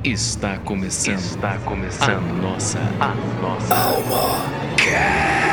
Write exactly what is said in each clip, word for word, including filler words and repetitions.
Está começando, está começando a nossa, a nossa Alma Cast.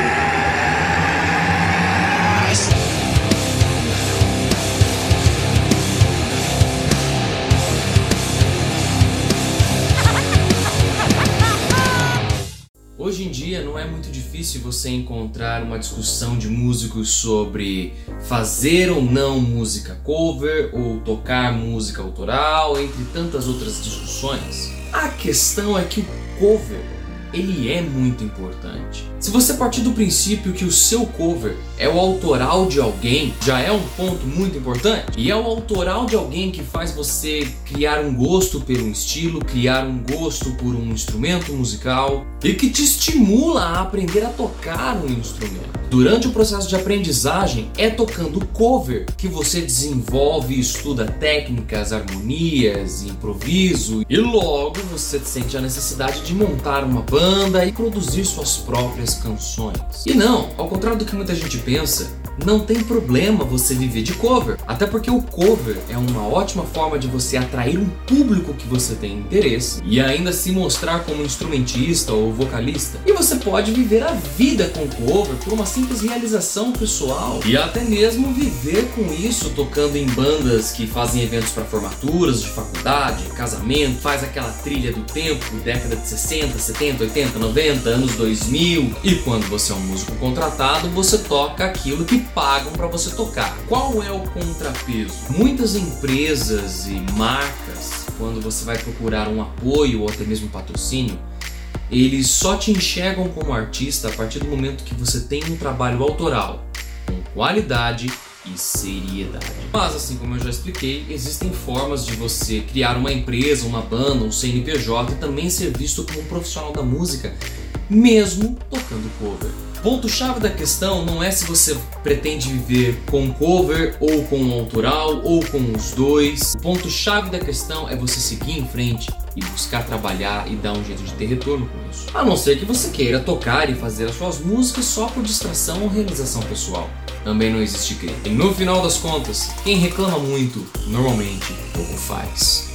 Hoje em dia não é muito difícil você encontrar uma discussão de músicos sobre fazer ou não música cover ou tocar música autoral, entre tantas outras discussões. A questão é que o cover, ele é muito importante. Se você partir do princípio que o seu cover é o autoral de alguém, já é um ponto muito importante. E é o autoral de alguém que faz você criar um gosto por um estilo, criar um gosto por um instrumento musical e que te estimula a aprender a tocar um instrumento. Durante o processo de aprendizagem, é tocando cover que você desenvolve e estuda técnicas, harmonias, improviso e logo você sente a necessidade de montar uma banda e produzir suas próprias canções. E não, ao contrário do que muita gente pensa, não tem problema você viver de cover, até porque o cover é uma ótima forma de você atrair um público que você tem interesse e ainda se mostrar como instrumentista ou vocalista. E você pode viver a vida com cover por uma simples realização pessoal e até mesmo viver com isso tocando em bandas que fazem eventos para formaturas de faculdade, casamento, faz aquela trilha do tempo, década de sessenta, setenta, oitenta, noventa, anos dois mil. E quando você é um músico contratado, você toca aquilo que pagam para você tocar. Qual é o contrapeso? Muitas empresas e marcas, quando você vai procurar um apoio ou até mesmo patrocínio, eles só te enxergam como artista a partir do momento que você tem um trabalho autoral, com qualidade e seriedade. Mas assim como eu já expliquei, existem formas de você criar uma empresa, uma banda, um C N P J e também ser visto como um profissional da música, mesmo tocando cover. O ponto-chave da questão não é se você pretende viver com cover ou com autoral ou com os dois. O ponto-chave da questão é você seguir em frente e buscar trabalhar e dar um jeito de ter retorno com isso. A não ser que você queira tocar e fazer as suas músicas só por distração ou realização pessoal. Também não existe crime. E no final das contas, quem reclama muito, normalmente pouco faz.